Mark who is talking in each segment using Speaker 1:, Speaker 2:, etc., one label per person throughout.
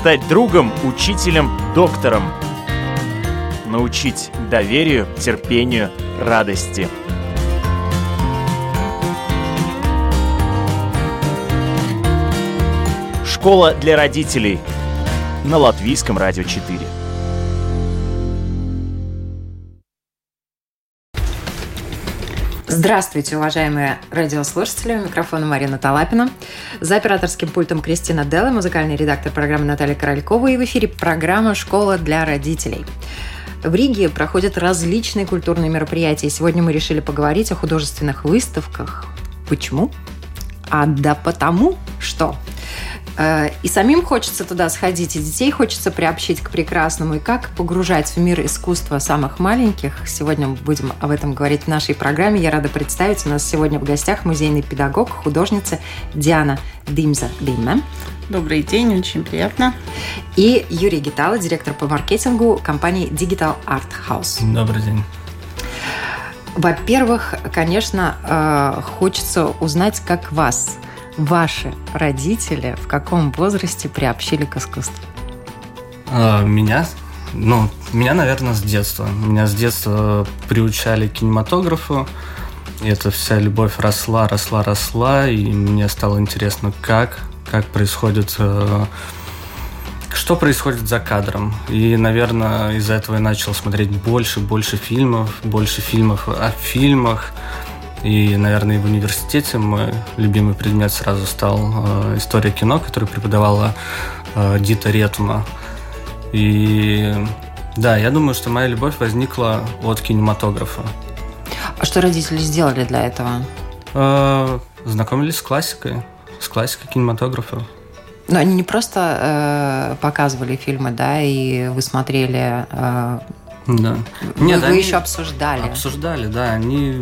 Speaker 1: стать другом, учителем, доктором. Научить доверию, терпению, радости. Школа для родителей на Латвийском радио 4.
Speaker 2: Здравствуйте, уважаемые радиослушатели. У микрофона Марина Талапина. За операторским пультом Кристина Делла, музыкальный редактор программы Наталья Королькова. И в эфире программа «Школа для родителей». В Риге проходят различные культурные мероприятия. Сегодня мы решили поговорить о художественных выставках. Почему? Да потому что... И самим хочется туда сходить, и детей хочется приобщить к прекрасному, и как погружать в мир искусства самых маленьких. Сегодня мы будем об этом говорить в нашей программе. Я рада представить, у нас сегодня в гостях музейный педагог, художница Диана Димза-Диме.
Speaker 3: Добрый день, очень приятно.
Speaker 2: И Юрий Гитало, директор по маркетингу компании Digital Art House.
Speaker 4: Добрый день.
Speaker 2: Во-первых, конечно, хочется узнать, как вас ваши родители в каком возрасте приобщили к искусству?
Speaker 4: Меня, наверное, с детства. Меня с детства приучали к кинематографу. И эта вся любовь росла, и мне стало интересно, как происходит, что происходит за кадром. И, наверное, из-за этого я начал смотреть больше фильмов о фильмах. И, наверное, в университете мой любимый предмет сразу стал история кино, который преподавала Дита Ретума. И да, я думаю, что моя любовь возникла от кинематографа.
Speaker 2: А что родители сделали для этого?
Speaker 4: Знакомились с классикой кинематографа.
Speaker 2: Но они не просто показывали фильмы, да, и вы смотрели...
Speaker 4: Да.
Speaker 2: Нет, вы еще обсуждали.
Speaker 4: Обсуждали, да.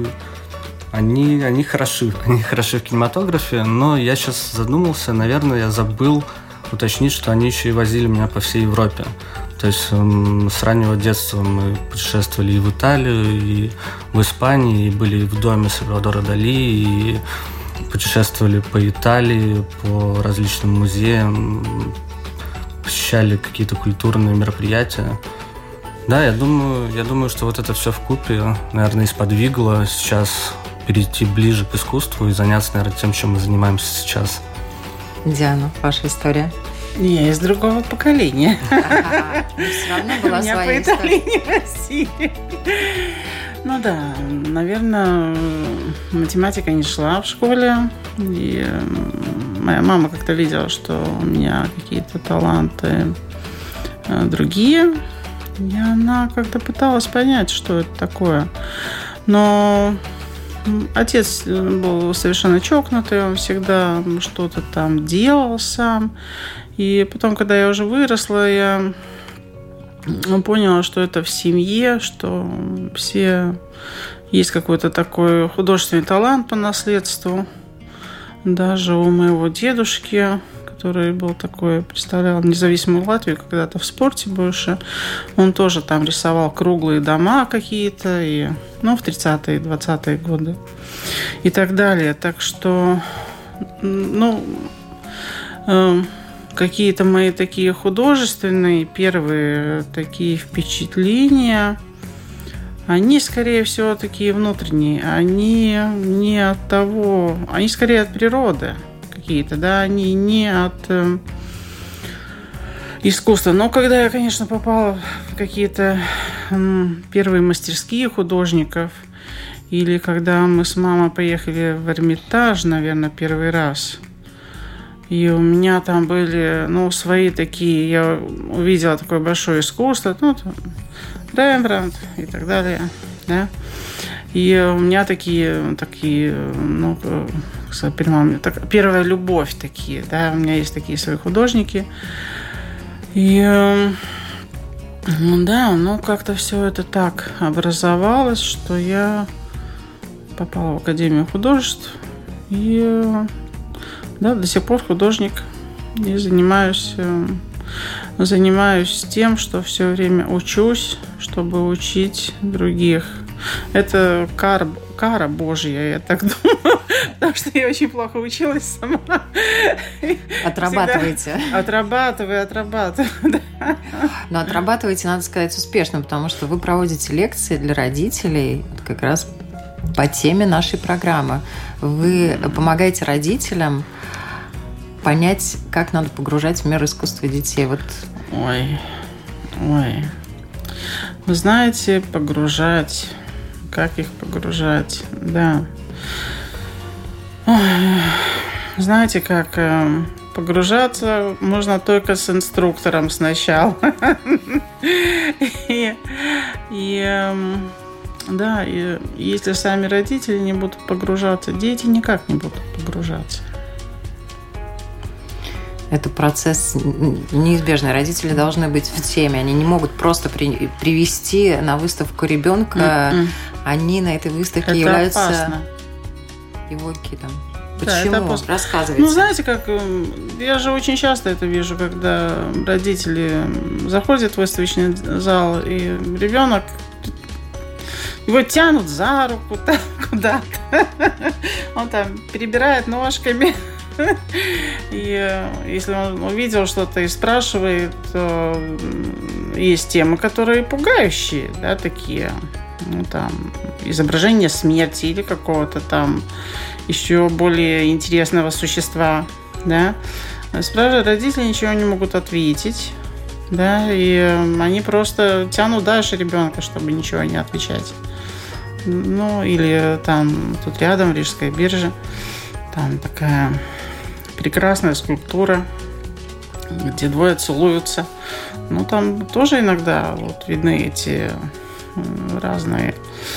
Speaker 4: Они хороши в кинематографе, но я сейчас задумался, наверное, я забыл уточнить, что они еще и возили меня по всей Европе. То есть с раннего детства мы путешествовали и в Италию, и в Испании, и были в доме Сальвадора Дали, и путешествовали по Италии, по различным музеям, посещали какие-то культурные мероприятия. Да, я думаю, что вот это все вкупе, наверное, и сподвигло сейчас перейти ближе к искусству и заняться, наверное, тем, чем мы занимаемся сейчас.
Speaker 2: Диана, ваша история?
Speaker 3: Я из другого поколения.
Speaker 2: Все равно была своя история.
Speaker 3: У меня по Италии не носили. Ну да, наверное, математика не шла в школе. И моя мама как-то видела, что у меня какие-то таланты другие. И она как-то пыталась понять, что это такое. Но отец был совершенно чокнутый, он всегда что-то там делал сам. И потом, когда я уже выросла, я поняла, что это в семье, что все есть какой-то такой художественный талант по наследству. Даже у моего дедушки, который был такой, представлял независимую Латвию когда-то в спорте больше. Он тоже там рисовал круглые дома какие-то, и, в 30-е, 20-е годы и так далее. Так что, какие-то мои такие художественные первые такие впечатления, они, скорее всего, такие внутренние. Они не от того, они скорее от природы. Да, они не от искусства. Но когда я, конечно, попала в какие-то первые мастерские художников, или когда мы с мамой поехали в Эрмитаж, наверное, первый раз, и у меня там были, свои такие, я увидела такое большое искусство, там, Рембрандт и так далее, да. И у меня такие, первая любовь такие, да, у меня есть такие свои художники. И, как-то все это так образовалось, что я попала в Академию художеств. И, до сих пор художник. И занимаюсь тем, что все время учусь, чтобы учить других. Это кара Божья, я так думаю, потому что я очень плохо училась сама.
Speaker 2: Отрабатываете.
Speaker 3: Отрабатываю, да.
Speaker 2: Но отрабатываете, надо сказать, успешно, потому что вы проводите лекции для родителей как раз по теме нашей программы. Вы помогаете родителям понять, как надо погружать в мир искусства детей. Вот.
Speaker 3: Ой. Вы знаете, погружать. Как их погружать? Да. Ой. Знаете, как погружаться можно только с инструктором сначала. Да, и если сами родители не будут погружаться, дети никак не будут погружаться.
Speaker 2: Это процесс неизбежный. Родители должны быть в теме. Они не могут просто привести на выставку ребенка. Они на этой выставке
Speaker 3: это
Speaker 2: являются
Speaker 3: опасно.
Speaker 2: Его гидом.
Speaker 3: Да,
Speaker 2: почему? Рассказывайте.
Speaker 3: Ну, знаете, как я же очень часто это вижу, когда родители заходят в выставочный зал, и ребенок, его тянут за руку куда-то. Он там перебирает ножками. И если он увидел что-то и спрашивает, то есть темы, которые пугающие, да, такие. Ну, там, изображение смерти или какого-то там еще более интересного существа, да. Спрашивают, родители ничего не могут ответить, да, и они просто тянут дальше ребенка, чтобы ничего не отвечать. Ну, или там, тут рядом, в Рижской бирже, там такая прекрасная скульптура, где двое целуются. Ну, там тоже иногда вот видны эти разные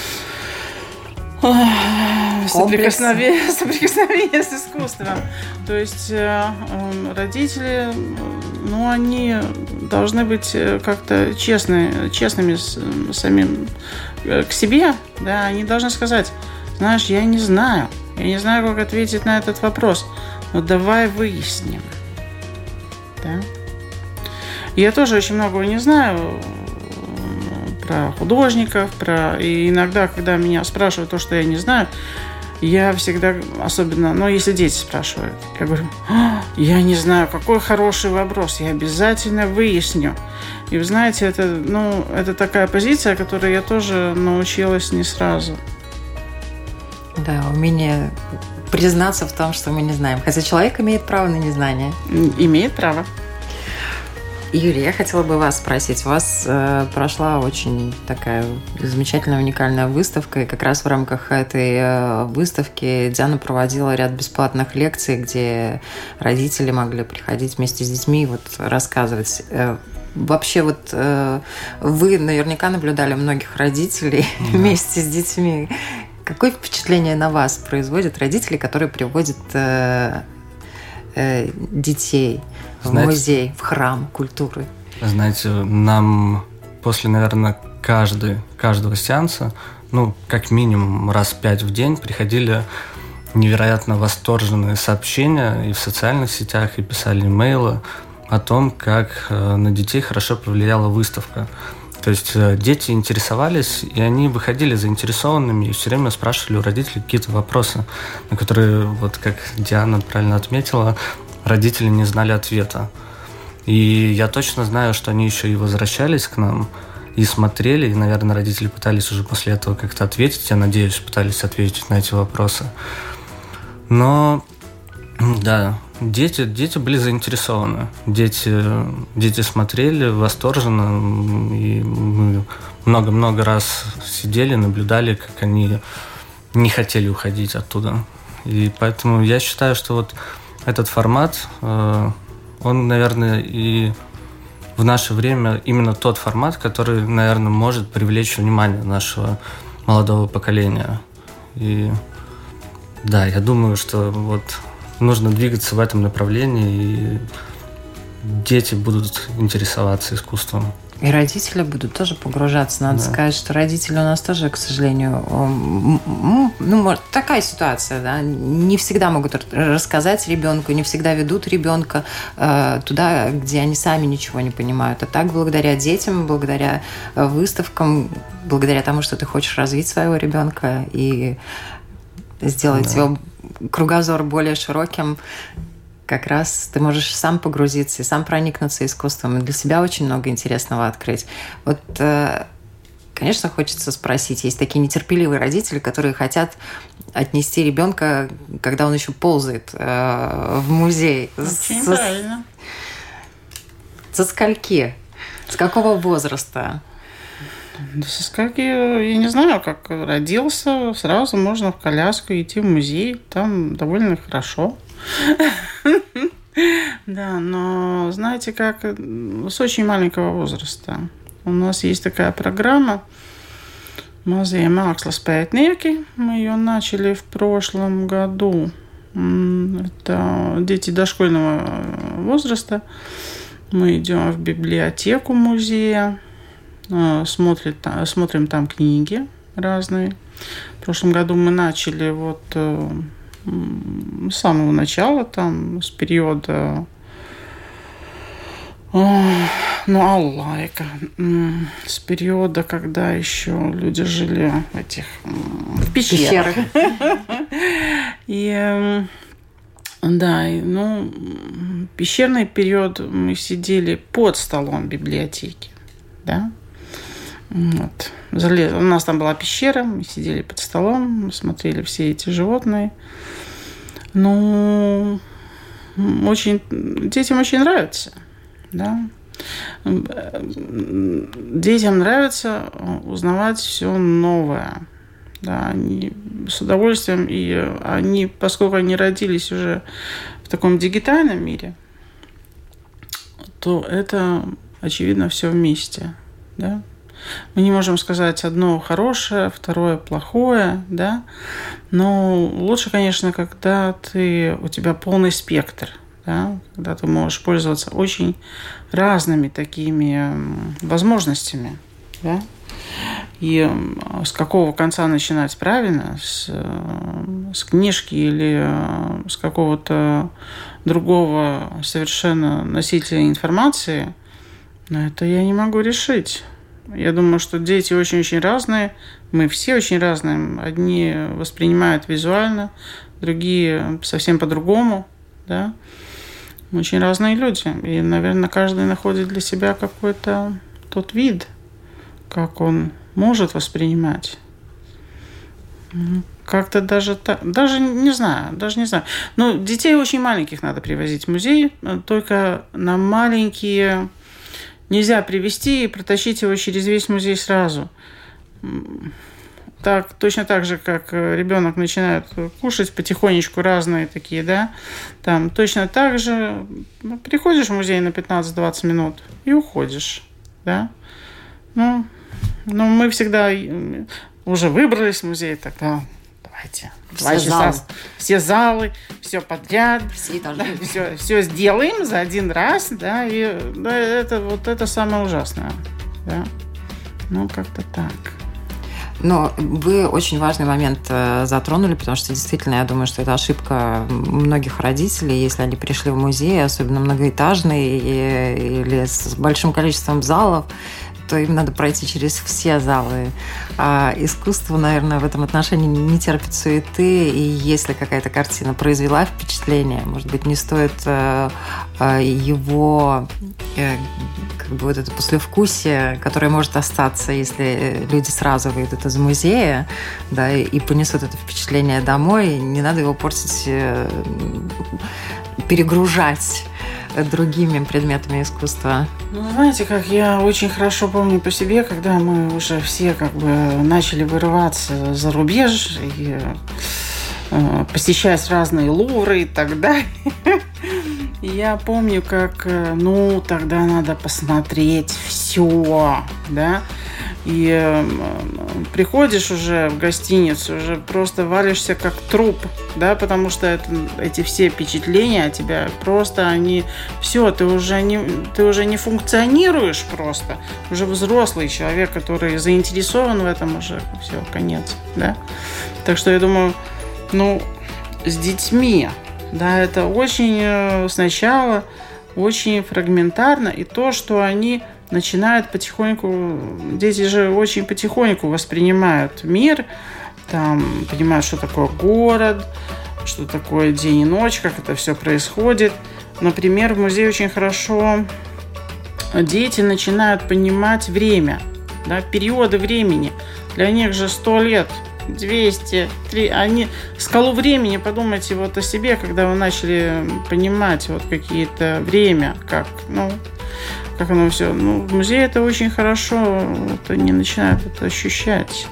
Speaker 3: соприкосновения с искусством. То есть родители, ну, они должны быть как-то честными самим к себе, да, они должны сказать, знаешь, я не знаю, как ответить на этот вопрос, но давай выясним. Да? Я тоже очень многого не знаю про художников, и иногда, когда меня спрашивают то, что я не знаю, я всегда, особенно, если дети спрашивают, я говорю, я не знаю, какой хороший вопрос, я обязательно выясню. И вы знаете, это такая позиция, которой я тоже научилась не сразу.
Speaker 2: Да, умение признаться в том, что мы не знаем. Хотя человек имеет право на незнание.
Speaker 3: Имеет право.
Speaker 2: Юлия, я хотела бы вас спросить. У вас прошла очень такая замечательная, уникальная выставка, и как раз в рамках этой выставки Диана проводила ряд бесплатных лекций, где родители могли приходить вместе с детьми и вот рассказывать. Вообще вот вы наверняка наблюдали многих родителей вместе с детьми. Какое впечатление на вас производят родители, которые приводят детей в музей, в храм культуры?
Speaker 4: Знаете, нам после, наверное, каждого сеанса, как минимум раз 5 в день приходили невероятно восторженные сообщения и в социальных сетях, и писали имейлы о том, как на детей хорошо повлияла выставка. То есть дети интересовались, и они выходили заинтересованными и все время спрашивали у родителей какие-то вопросы, на которые, вот как Диана правильно отметила, родители не знали ответа. И я точно знаю, что они еще и возвращались к нам и смотрели, и, наверное, родители пытались уже после этого как-то ответить, я надеюсь, пытались ответить на эти вопросы. Но, да, дети были заинтересованы. Дети смотрели восторженно, и мы много-много раз сидели, наблюдали, как они не хотели уходить оттуда. И поэтому я считаю, что вот этот формат, он, наверное, и в наше время именно тот формат, который, наверное, может привлечь внимание нашего молодого поколения. И да, я думаю, что вот нужно двигаться в этом направлении, и дети будут интересоваться искусством.
Speaker 2: И родители будут тоже погружаться. Надо сказать, что родители у нас тоже, к сожалению, такая ситуация, да, не всегда могут рассказать ребенку, не всегда ведут ребенка туда, где они сами ничего не понимают. А так, благодаря детям, благодаря выставкам, благодаря тому, что ты хочешь развить своего ребенка и сделать его кругозор более широким, как раз ты можешь сам погрузиться и сам проникнуться искусством, и для себя очень много интересного открыть. Вот, конечно, хочется спросить, есть такие нетерпеливые родители, которые хотят отнести ребенка, когда он еще ползает, в музей.
Speaker 3: Очень правильно.
Speaker 2: Со скольки? С какого возраста?
Speaker 3: Со скольки, я не знаю, как родился, сразу можно в коляску идти в музей, там довольно хорошо. Да, но знаете как, с очень маленького возраста. У нас есть такая программа «Mazie mākslas pētnieki». Мы ее начали в прошлом году. Это дети дошкольного возраста. Мы идем в библиотеку музея, смотрим там книги разные. В прошлом году мы начали с самого начала, там, с периода Аллайка, с периода, когда еще люди жили в пещерах. И пещерный период мы сидели под столом в библиотеке, да. Вот. У нас там была пещера, мы сидели под столом, смотрели все эти животные. Детям очень нравится, да. Детям нравится узнавать все новое, да. Они с удовольствием, и они, поскольку они родились уже в таком дигитальном мире, то это, очевидно, все вместе, да. Мы не можем сказать одно хорошее, второе плохое, да. Но лучше, конечно, когда у тебя полный спектр, да, когда ты можешь пользоваться очень разными такими возможностями, да. И с какого конца начинать правильно, с книжки или с какого-то другого совершенно носителя информации, это я не могу решить. Я думаю, что дети очень-очень разные. Мы все очень разные. Одни воспринимают визуально, другие совсем по-другому. Да? Мы очень разные люди. И, наверное, каждый находит для себя какой-то тот вид, как он может воспринимать. Как-то даже не знаю. Но детей очень маленьких надо привозить в музей. Только на маленькие... Нельзя привезти и протащить его через весь музей сразу. Точно так же, как ребенок начинает кушать потихонечку разные такие, да. Там точно так же приходишь в музей на 15-20 минут и уходишь, да. Мы всегда уже выбрались в музей, тогда давайте. 2 часа, все залы, все подряд, все сделаем за один раз, да, и это самое ужасное, да. Как-то так.
Speaker 2: Но вы очень важный момент затронули, потому что действительно, я думаю, что это ошибка многих родителей, если они пришли в музей, особенно многоэтажный или с большим количеством залов, то им надо пройти через все залы. А искусство, наверное, в этом отношении не терпит суеты, и если какая-то картина произвела впечатление, может быть, не стоит его это послевкусие, которое может остаться, если люди сразу выйдут из музея, да, и понесут это впечатление домой, не надо его портить, перегружать другими предметами искусства.
Speaker 3: Знаете, как я очень хорошо помню по себе, когда мы уже все начали вырываться за рубеж и посещать разные лувры и так далее. Я помню, как, тогда надо посмотреть все, да, И приходишь уже в гостиницу, уже просто валишься как труп, да, потому что эти все впечатления от тебя просто они... Все, ты уже не функционируешь просто. Уже взрослый человек, который заинтересован в этом, уже все, конец, да. Так что я думаю, с детьми, да, это очень сначала очень фрагментарно, и то, что они начинают потихоньку, дети же очень потихоньку воспринимают мир, там, понимают, что такое город, что такое день и ночь, как это все происходит. Например, в музее очень хорошо дети начинают понимать время, да, периоды времени. Для них же 100 лет, 200, 300. Они скалу времени, подумайте вот о себе, когда вы начали понимать вот какие-то время, как оно все. В музее это очень хорошо, они начинают это ощущать.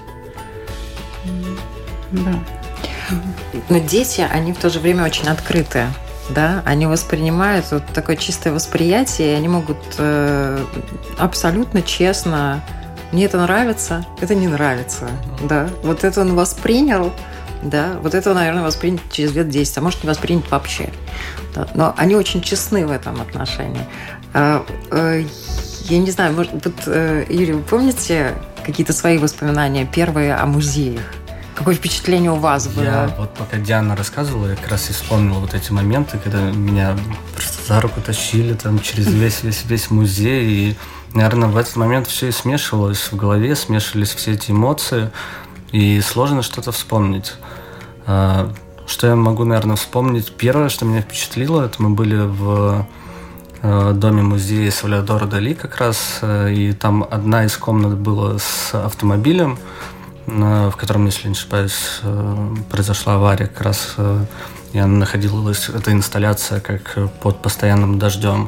Speaker 3: Да.
Speaker 2: Но дети, они в то же время очень открытые. Да? Они воспринимают вот такое чистое восприятие, и они могут абсолютно честно: мне это нравится, это не нравится. Да? Вот это он воспринял, да? Вот это, наверное, воспринять через лет 10, а может не воспринять вообще. Да? Но они очень честны в этом отношении. Я не знаю, может, Юрий, вы помните какие-то свои воспоминания первые о музеях? Какое впечатление у вас было?
Speaker 4: Я вот пока Диана рассказывала, я как раз и вспомнил вот эти моменты, когда меня просто за руку тащили там через весь музей. И, наверное, в этот момент все и смешивалось в голове, смешивались все эти эмоции, и сложно что-то вспомнить. Что я могу, наверное, вспомнить? Первое, что меня впечатлило, это мы были в доме музея Сальвадора Дали как раз, и там одна из комнат была с автомобилем, в котором, если не ошибаюсь, произошла авария как раз, и она находилась, эта инсталляция, как под постоянным дождем.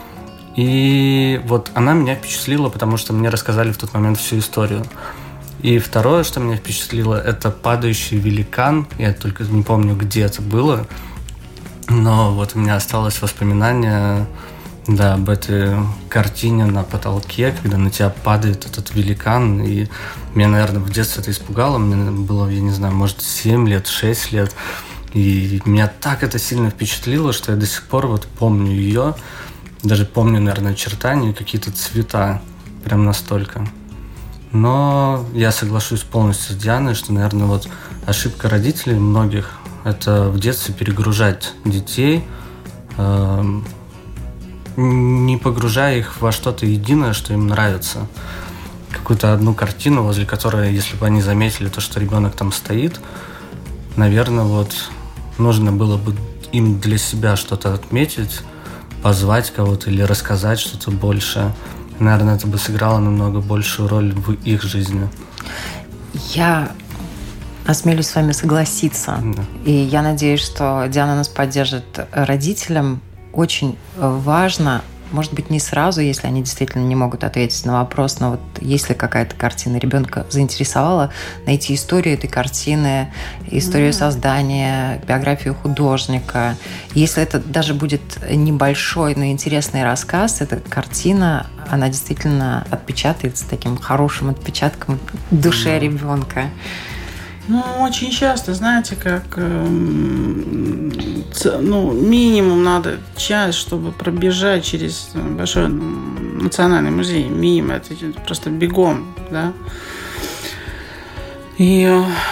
Speaker 4: И вот она меня впечатлила, потому что мне рассказали в тот момент всю историю. И второе, что меня впечатлило, это падающий великан. Я только не помню, где это было, но вот у меня осталось воспоминание, да, об этой картине на потолке, когда на тебя падает этот великан. И меня, наверное, в детстве это испугало. Мне было, я не знаю, может, 7 лет, 6 лет. И меня так это сильно впечатлило, что я до сих пор вот помню ее. Даже помню, наверное, очертания, какие-то цвета. Прям настолько. Но я соглашусь полностью с Дианой, что, наверное, вот ошибка родителей многих – это в детстве перегружать детей, не погружая их во что-то единое, что им нравится. Какую-то одну картину, возле которой, если бы они заметили то, что ребенок там стоит, наверное, вот нужно было бы им для себя что-то отметить, позвать кого-то или рассказать что-то больше. Наверное, это бы сыграло намного большую роль в их жизни.
Speaker 2: Я осмелюсь с вами согласиться. Да. И я надеюсь, что Диана нас поддержит. Родителям очень важно, может быть, не сразу, если они действительно не могут ответить на вопрос, но вот если какая-то картина ребенка заинтересовала, найти историю этой картины, историю создания, биографию художника. Если это даже будет небольшой, но интересный рассказ, эта картина, она действительно отпечатается таким хорошим отпечатком в душе ребенка.
Speaker 3: Очень часто, знаете, как минимум надо час, чтобы пробежать через большой национальный музей. Минимум, это просто бегом, да. И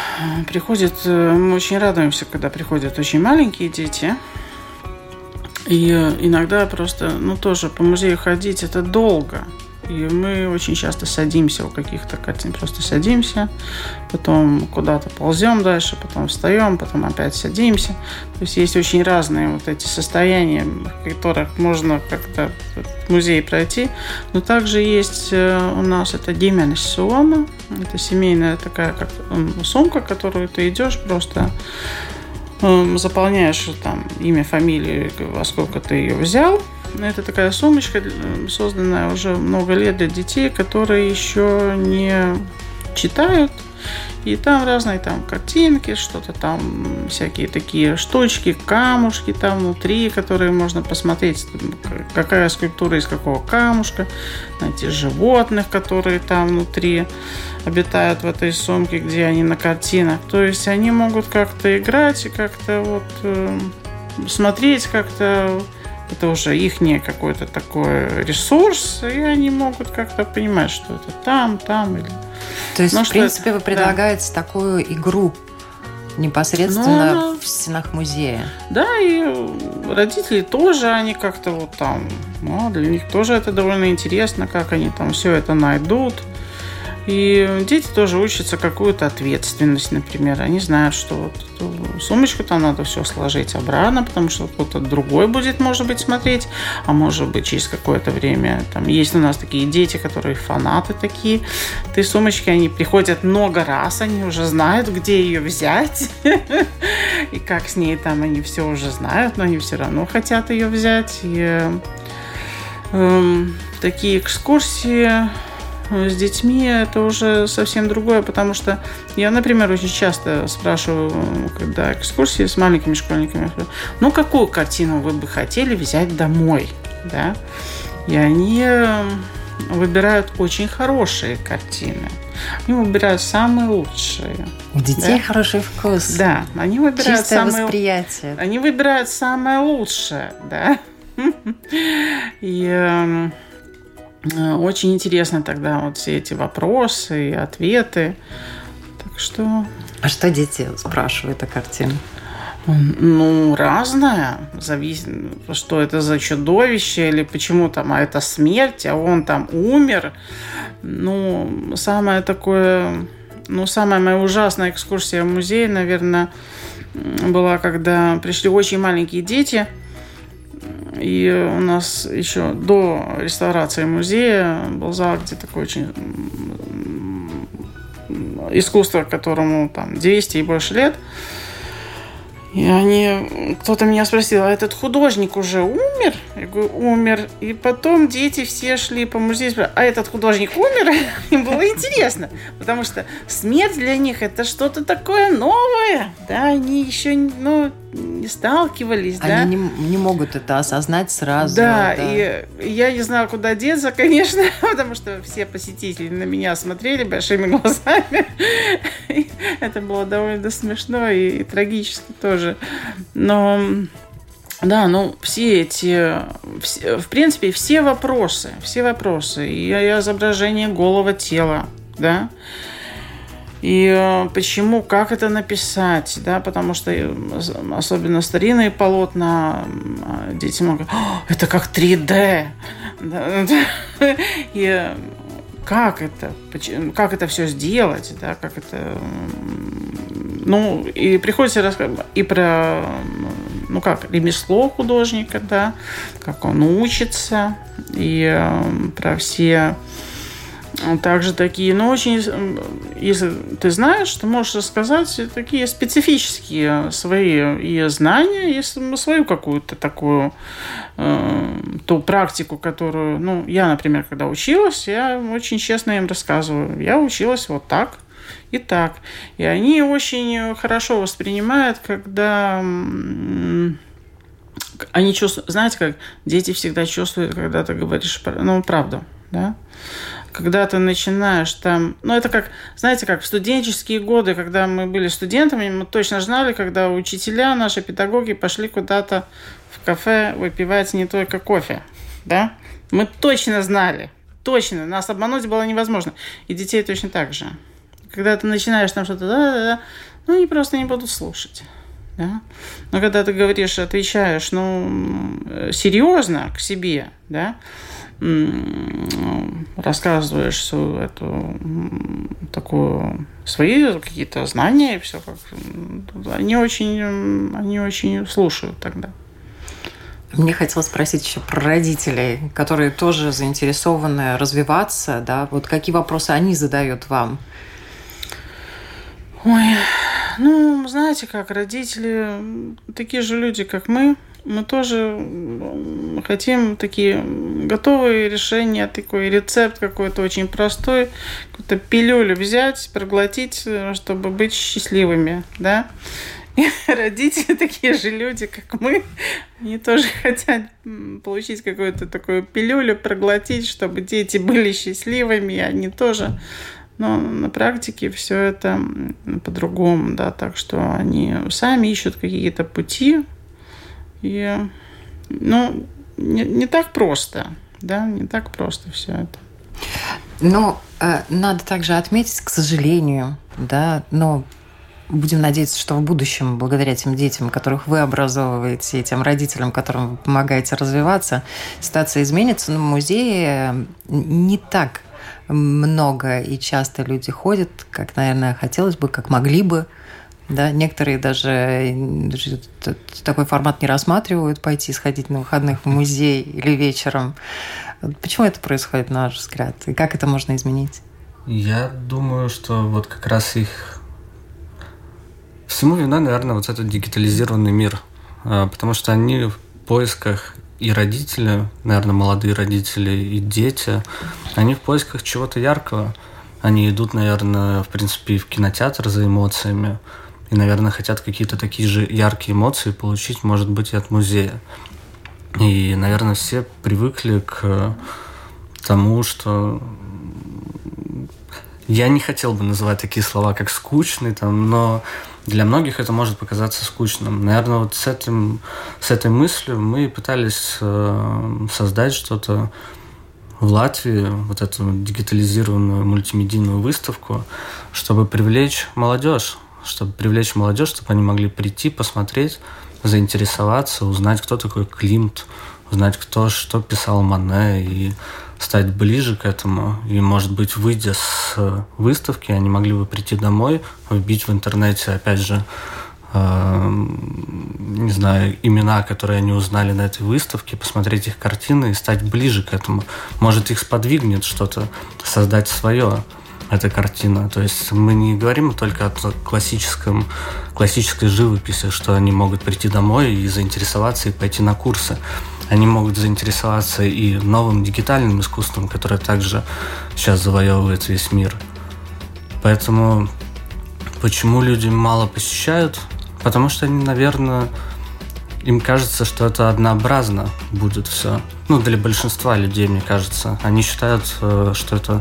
Speaker 3: мы очень радуемся, когда приходят очень маленькие дети. И иногда просто, тоже по музею ходить это долго. И мы очень часто садимся у каких-то картин, просто садимся, потом куда-то ползем дальше, потом встаем, потом опять садимся. То есть есть очень разные вот эти состояния, в которых можно как-то в музей пройти. Но также есть у нас это ģimenes soma, это семейная такая как сумка, которую ты идешь просто заполняешь там имя, фамилию, во сколько ты ее взял. Это такая сумочка, созданная уже много лет для детей, которые еще не читают. И там разные там картинки, что-то там, всякие такие штучки, камушки там внутри, которые можно посмотреть, какая скульптура из какого камушка, найти животных, которые там внутри обитают в этой сумке, где они на картинах. То есть они могут как-то играть и как-то вот смотреть как-то. Это уже их какой-то такой ресурс, и они могут как-то понимать, что это там или...
Speaker 2: То есть, в принципе, вы предлагаете такую игру непосредственно в стенах музея.
Speaker 3: Да, и родители тоже, они как-то вот там, для них тоже это довольно интересно, как они там все это найдут. И дети тоже учатся какую-то ответственность, например. Они знают, что вот эту сумочку там надо все сложить обратно, потому что кто-то другой будет, может быть, смотреть, а может быть, через какое-то время. Там есть у нас такие дети, которые фанаты такие. Этой сумочки, они приходят много раз, они уже знают, где ее взять. И как с ней там, они все уже знают, но они все равно хотят ее взять. И такие экскурсии с детьми это уже совсем другое, потому что я, например, очень часто спрашиваю, когда экскурсии с маленькими школьниками, какую картину вы бы хотели взять домой, да? И они выбирают очень хорошие картины. Они выбирают самые лучшие.
Speaker 2: У детей хороший вкус.
Speaker 3: Да, они выбирают
Speaker 2: чистое восприятие.
Speaker 3: Они выбирают самое лучшее, да. И очень интересно тогда вот все эти вопросы и ответы. Так что...
Speaker 2: А что дети спрашивают о картине?
Speaker 3: Разное. Зависит, что это за чудовище, или почему там, это смерть, а он там умер. Самое такое... самая моя ужасная экскурсия в музей, наверное, была, когда пришли очень маленькие дети. И у нас еще до реставрации музея был зал, где такое очень искусство, которому там 200 и больше лет. И кто-то меня спросил, а этот художник уже умер? Я говорю, умер. И потом дети все шли по музею, спрашивали, а этот художник умер? Им было интересно, потому что смерть для них это что-то такое новое. Да, они еще не сталкивались.
Speaker 2: Они не могут это осознать сразу.
Speaker 3: Да, и я не знала, куда деться, конечно, потому что все посетители на меня смотрели большими глазами. И это было довольно смешно и трагически тоже. Но все эти, в принципе, все вопросы, и изображение голого тела, да, и почему, как это написать, да, потому что особенно старинные полотна дети могут, это как 3D, да, и как это все сделать, да, как это, и приходится рассказывать и про, ремесло художника, да, как он учится, и про все также такие, очень, если ты знаешь, ты можешь рассказать такие специфические свои и знания, если свою какую-то такую ту практику, которую, я, например, когда училась, я очень честно им рассказываю. Я училась вот так и так. И они очень хорошо воспринимают, когда они чувствуют, знаете, как дети всегда чувствуют, когда ты говоришь правду, да? Когда ты начинаешь там... это как, знаете, как в студенческие годы, когда мы были студентами, мы точно знали, когда учителя, наши педагоги пошли куда-то в кафе выпивать не только кофе, да? Мы точно знали, точно, нас обмануть было невозможно. И детей точно так же. Когда ты начинаешь там что-то... они просто не будут слушать. Да? Но когда ты говоришь, отвечаешь, серьезно к себе, да, рассказываешь свою эту такую свои какие-то знания и все, как они очень слушают тогда.
Speaker 2: Мне хотелось спросить еще про родителей, которые тоже заинтересованы развиваться, да, вот какие вопросы они задают вам?
Speaker 3: Ой, знаете как, родители такие же люди, как мы. мы тоже хотим такие готовые решения, такой рецепт какой-то очень простой, какую-то пилюлю взять, проглотить, чтобы быть счастливыми, да. И родители, такие же люди, как мы, они тоже хотят получить какую-то такую пилюлю, проглотить, чтобы дети были счастливыми, и они тоже. Но на практике все это по-другому, да, так что они сами ищут какие-то пути, и, ну, не так просто, да, не так просто все это.
Speaker 2: Ну, надо также отметить, к сожалению, да, но будем надеяться, что в будущем, благодаря тем детям, которых вы образовываете, и тем родителям, которым вы помогаете развиваться, ситуация изменится. Но в музее не так много и часто люди ходят, как, наверное, хотелось бы, как могли бы. Да, некоторые даже такой формат не рассматривают, пойти сходить на выходных в музей или вечером. Почему это происходит, на ваш взгляд? И как это можно изменить?
Speaker 4: Я думаю, что вот как раз их... Всему вина, наверное, вот этот дигитализированный мир. Потому что они в поисках, и родители, наверное, молодые родители, и дети, они в поисках чего-то яркого. Они идут, наверное, в принципе, в кинотеатр за эмоциями. И, наверное, хотят какие-то такие же яркие эмоции получить, может быть, и от музея. И, наверное, все привыкли к тому, что... Я не хотел бы называть такие слова, как «скучный», там, но для многих это может показаться скучным. Наверное, вот с этой мыслью мы пытались создать что-то в Латвии, вот эту дигитализированную мультимедийную выставку, чтобы привлечь молодежь, чтобы они могли прийти, посмотреть, заинтересоваться, узнать, кто такой Климт, узнать, что писал Мане, и стать ближе к этому. И, может быть, выйдя с выставки, они могли бы прийти домой, вбить в интернете, опять же, не знаю, имена, которые они узнали на этой выставке, посмотреть их картины и стать ближе к этому. Может, их сподвигнет что-то, создать свое. Эта картина. То есть мы не говорим только о классической живописи, что они могут прийти домой и заинтересоваться, и пойти на курсы. Они могут заинтересоваться и новым дигитальным искусством, которое также сейчас завоевывает весь мир. Поэтому почему люди мало посещают? Потому что они, наверное, им кажется, что это однообразно будет все. Ну, для большинства людей, мне кажется. Они считают, что это...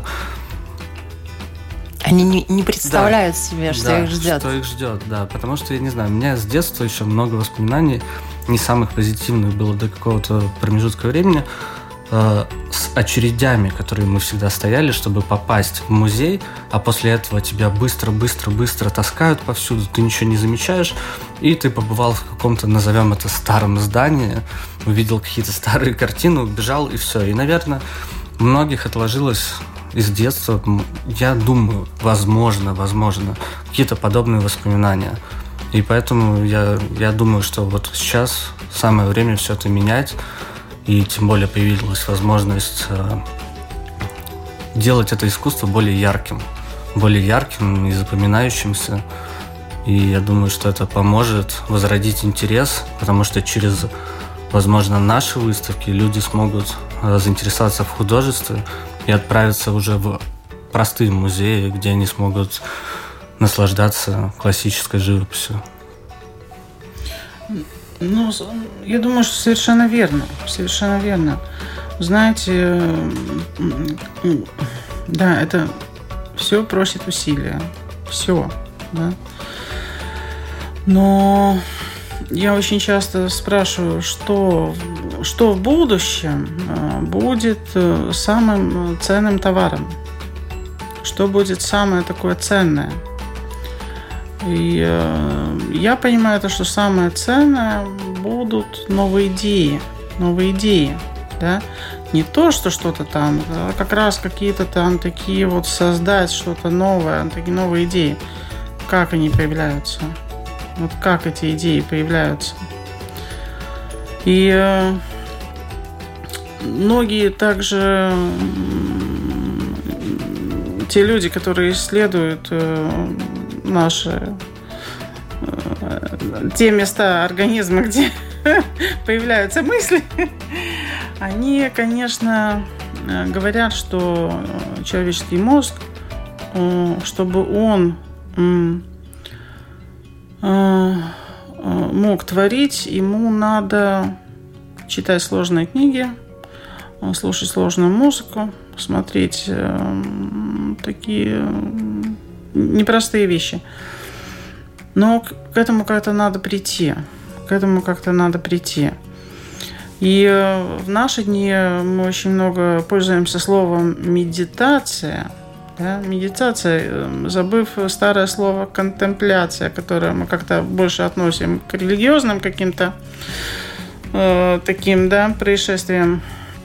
Speaker 2: Они не представляют себе, что их ждет.
Speaker 4: Что их ждет, да. Потому что, я не знаю, у меня с детства еще много воспоминаний, не самых позитивных было до какого-то промежутка времени, с очередями, которые мы всегда стояли, чтобы попасть в музей, а после этого тебя быстро таскают повсюду, ты ничего не замечаешь, и ты побывал в каком-то, назовем это, старом здании, увидел какие-то старые картины, убежал, и все. И, наверное, у многих отложилось из детства, я думаю, возможно, какие-то подобные воспоминания. И поэтому я думаю, что вот сейчас самое время все это менять, и тем более появилась возможность делать это искусство более ярким и запоминающимся. И я думаю, что это поможет возродить интерес, потому что через, возможно, наши выставки люди смогут заинтересоваться в художестве и отправиться уже в простые музеи, где они смогут наслаждаться классической живописью.
Speaker 3: Ну, я думаю, что совершенно верно. Знаете, да, это все просит усилия. Все, да. Но я очень часто спрашиваю, что в будущем будет самым ценным товаром? Что будет самое такое ценное? И я понимаю, что самое ценное будут новые идеи, да? Не то, что что-то там, а как раз какие-то там такие вот создать что-то новое, такие новые идеи. Как они появляются? Вот как эти идеи появляются? И многие также те люди, которые исследуют наши те места организма, где появляются мысли, они, конечно, говорят, что человеческий мозг, чтобы он мог творить, ему надо читать сложные книги, слушать сложную музыку, смотреть такие непростые вещи. Но к этому как-то надо прийти. И в наши дни мы очень много пользуемся словом «медитация». Да? Медитация, забыв старое слово «контемпляция», которое мы как-то больше относим к религиозным каким-то таким, да, происшествиям.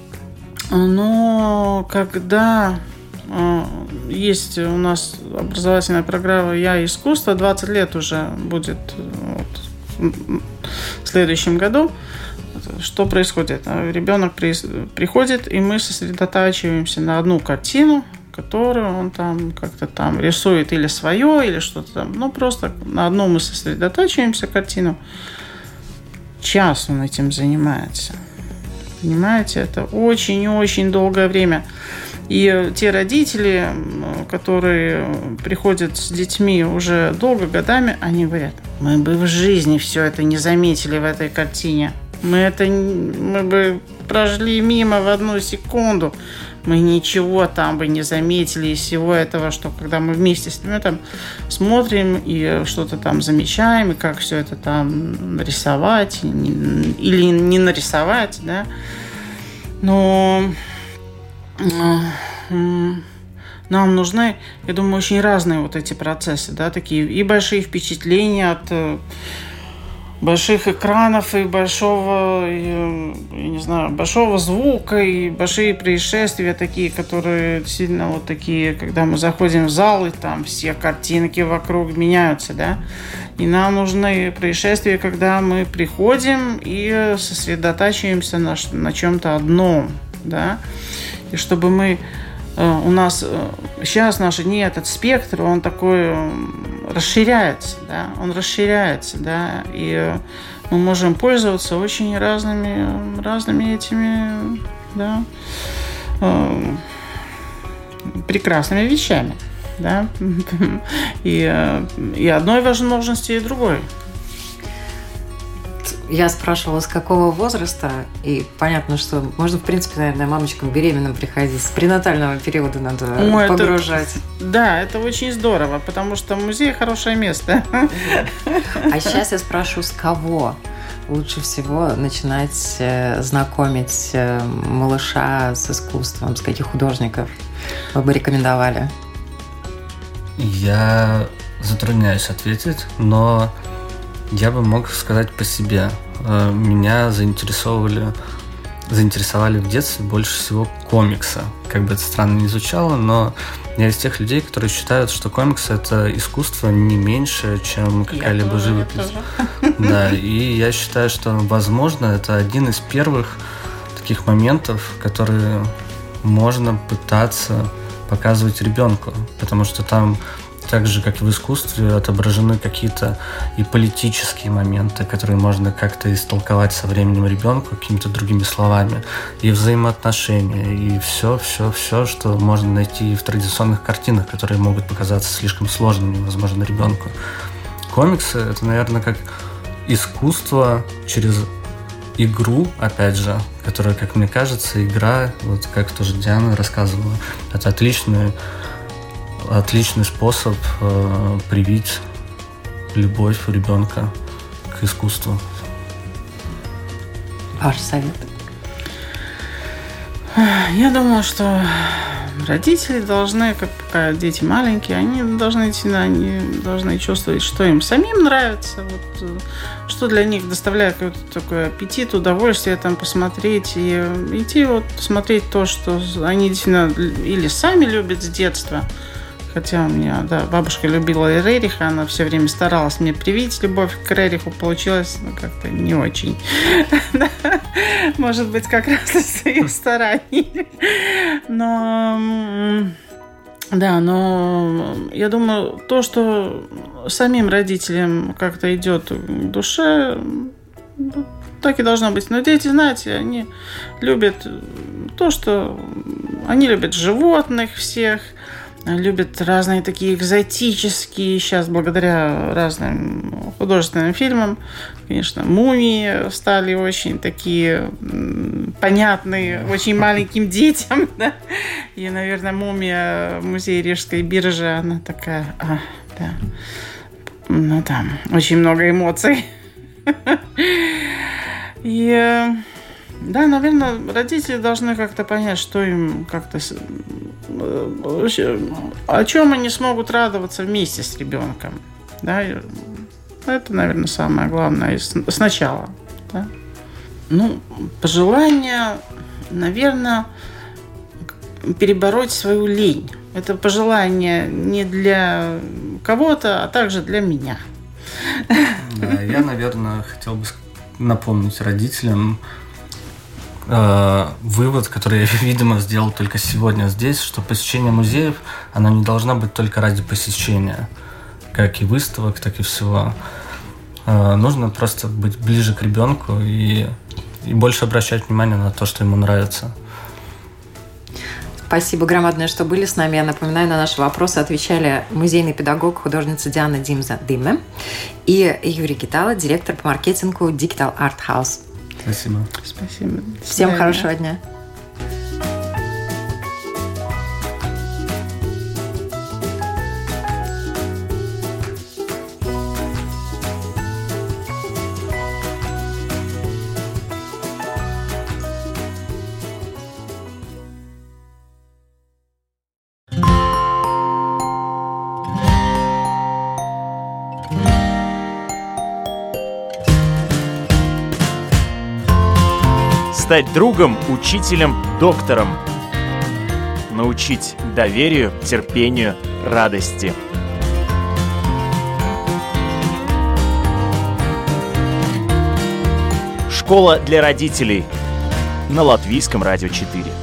Speaker 3: Но когда есть у нас образовательная программа «Я искусство», 20 лет уже будет в следующем году, что происходит? Ребенок приходит, и мы сосредотачиваемся на одну картину, которую он там как-то там рисует или свое, или что-то там. Ну, просто на одну мы сосредотачиваемся картину. Час он этим занимается. Понимаете, это очень-очень долгое время. И те родители, которые приходят с детьми уже долго, годами, они говорят: мы бы в жизни все это не заметили в этой картине. Мы бы прожили мимо в одну секунду. Мы ничего там бы не заметили из всего этого, что когда мы вместе с ними там смотрим и что-то там замечаем, и как все это там нарисовать или не нарисовать, да. Но нам нужны, я думаю, очень разные вот эти процессы, да, такие и большие впечатления от больших экранов и большого, я не знаю, большого звука, и большие происшествия такие, которые действительно вот такие, когда мы заходим в зал, и там все картинки вокруг меняются, да. И нам нужны происшествия, когда мы приходим и сосредотачиваемся на чем-то одном, да. И чтобы мы... У нас сейчас в наши дни этот спектр, он такой расширяется, да, и мы можем пользоваться очень разными этими, да, прекрасными вещами, да, и одной возможности, и другой.
Speaker 2: Я спрашивала, с какого возраста, и понятно, что можно, в принципе, наверное, мамочкам беременным приходить. С пренатального периода надо погружать.
Speaker 3: Да, это очень здорово, потому что музей – хорошее место.
Speaker 2: А сейчас я спрошу, с кого лучше всего начинать знакомить малыша с искусством, с каких художников вы бы рекомендовали?
Speaker 4: Я затрудняюсь ответить, но я бы мог сказать по себе. Меня заинтересовали в детстве больше всего комиксы. Как бы это странно не звучало, но я из тех людей, которые считают, что комиксы – это искусство не меньше, чем какая-либо живопись. Да, и я считаю, что, возможно, это один из первых таких моментов, которые можно пытаться показывать ребенку, потому что там так же, как и в искусстве, отображены какие-то и политические моменты, которые можно как-то истолковать со временем ребенку какими-то другими словами, и взаимоотношения, и все, что можно найти в традиционных картинах, которые могут показаться слишком сложными, возможно, ребенку. Комиксы — это, наверное, как искусство через игру, опять же, которая, как мне кажется, игра, вот как тоже Диана рассказывала, это отличный способ привить любовь у ребенка к искусству.
Speaker 2: Ваш совет?
Speaker 3: Я думаю, что родители должны, пока дети маленькие, они должны чувствовать, что им самим нравится, вот, что для них доставляет какой-то такой аппетит, удовольствие там посмотреть, и идти вот смотреть то, что они действительно или сами любят с детства. Хотя у меня, да, бабушка любила Рериха, она все время старалась мне привить любовь к Рериху, получилось как-то не очень. Может быть, как раз из ее стараний. Но я думаю, то, что самим родителям как-то идет к душе, Так и должно быть. Но дети, знаете, они любят то, что... Они любят животных всех, любят разные такие экзотические, сейчас благодаря разным художественным фильмам, конечно, мумии стали очень такие понятные очень маленьким детям. Да? И, наверное, мумия в музее Рижской биржи, она такая... да. Ну, там очень много эмоций. И... Да, наверное, родители должны как-то понять, что им как-то... О чем они смогут радоваться вместе с ребенком. Да? Это, наверное, самое главное сначала. Да? Ну, пожелание, наверное, перебороть свою лень. Это пожелание не для кого-то, а также для меня.
Speaker 4: Да, я, наверное, хотел бы напомнить родителям вывод, который я, видимо, сделал только сегодня здесь, что посещение музеев, оно не должно быть только ради посещения, как и выставок, так и всего. Нужно просто быть ближе к ребенку и больше обращать внимание на то, что ему нравится.
Speaker 2: Спасибо громадное, что были с нами. Я напоминаю, на наши вопросы отвечали музейный педагог, художница Диана Димзе-Диме и Юрий Гитало, директор по маркетингу Digital Art House.
Speaker 4: Спасибо.
Speaker 3: Спасибо.
Speaker 2: Всем хорошего дня.
Speaker 1: Стать другом, учителем, доктором. Научить доверию, терпению, радости. Школа для родителей на Латвийском радио 4.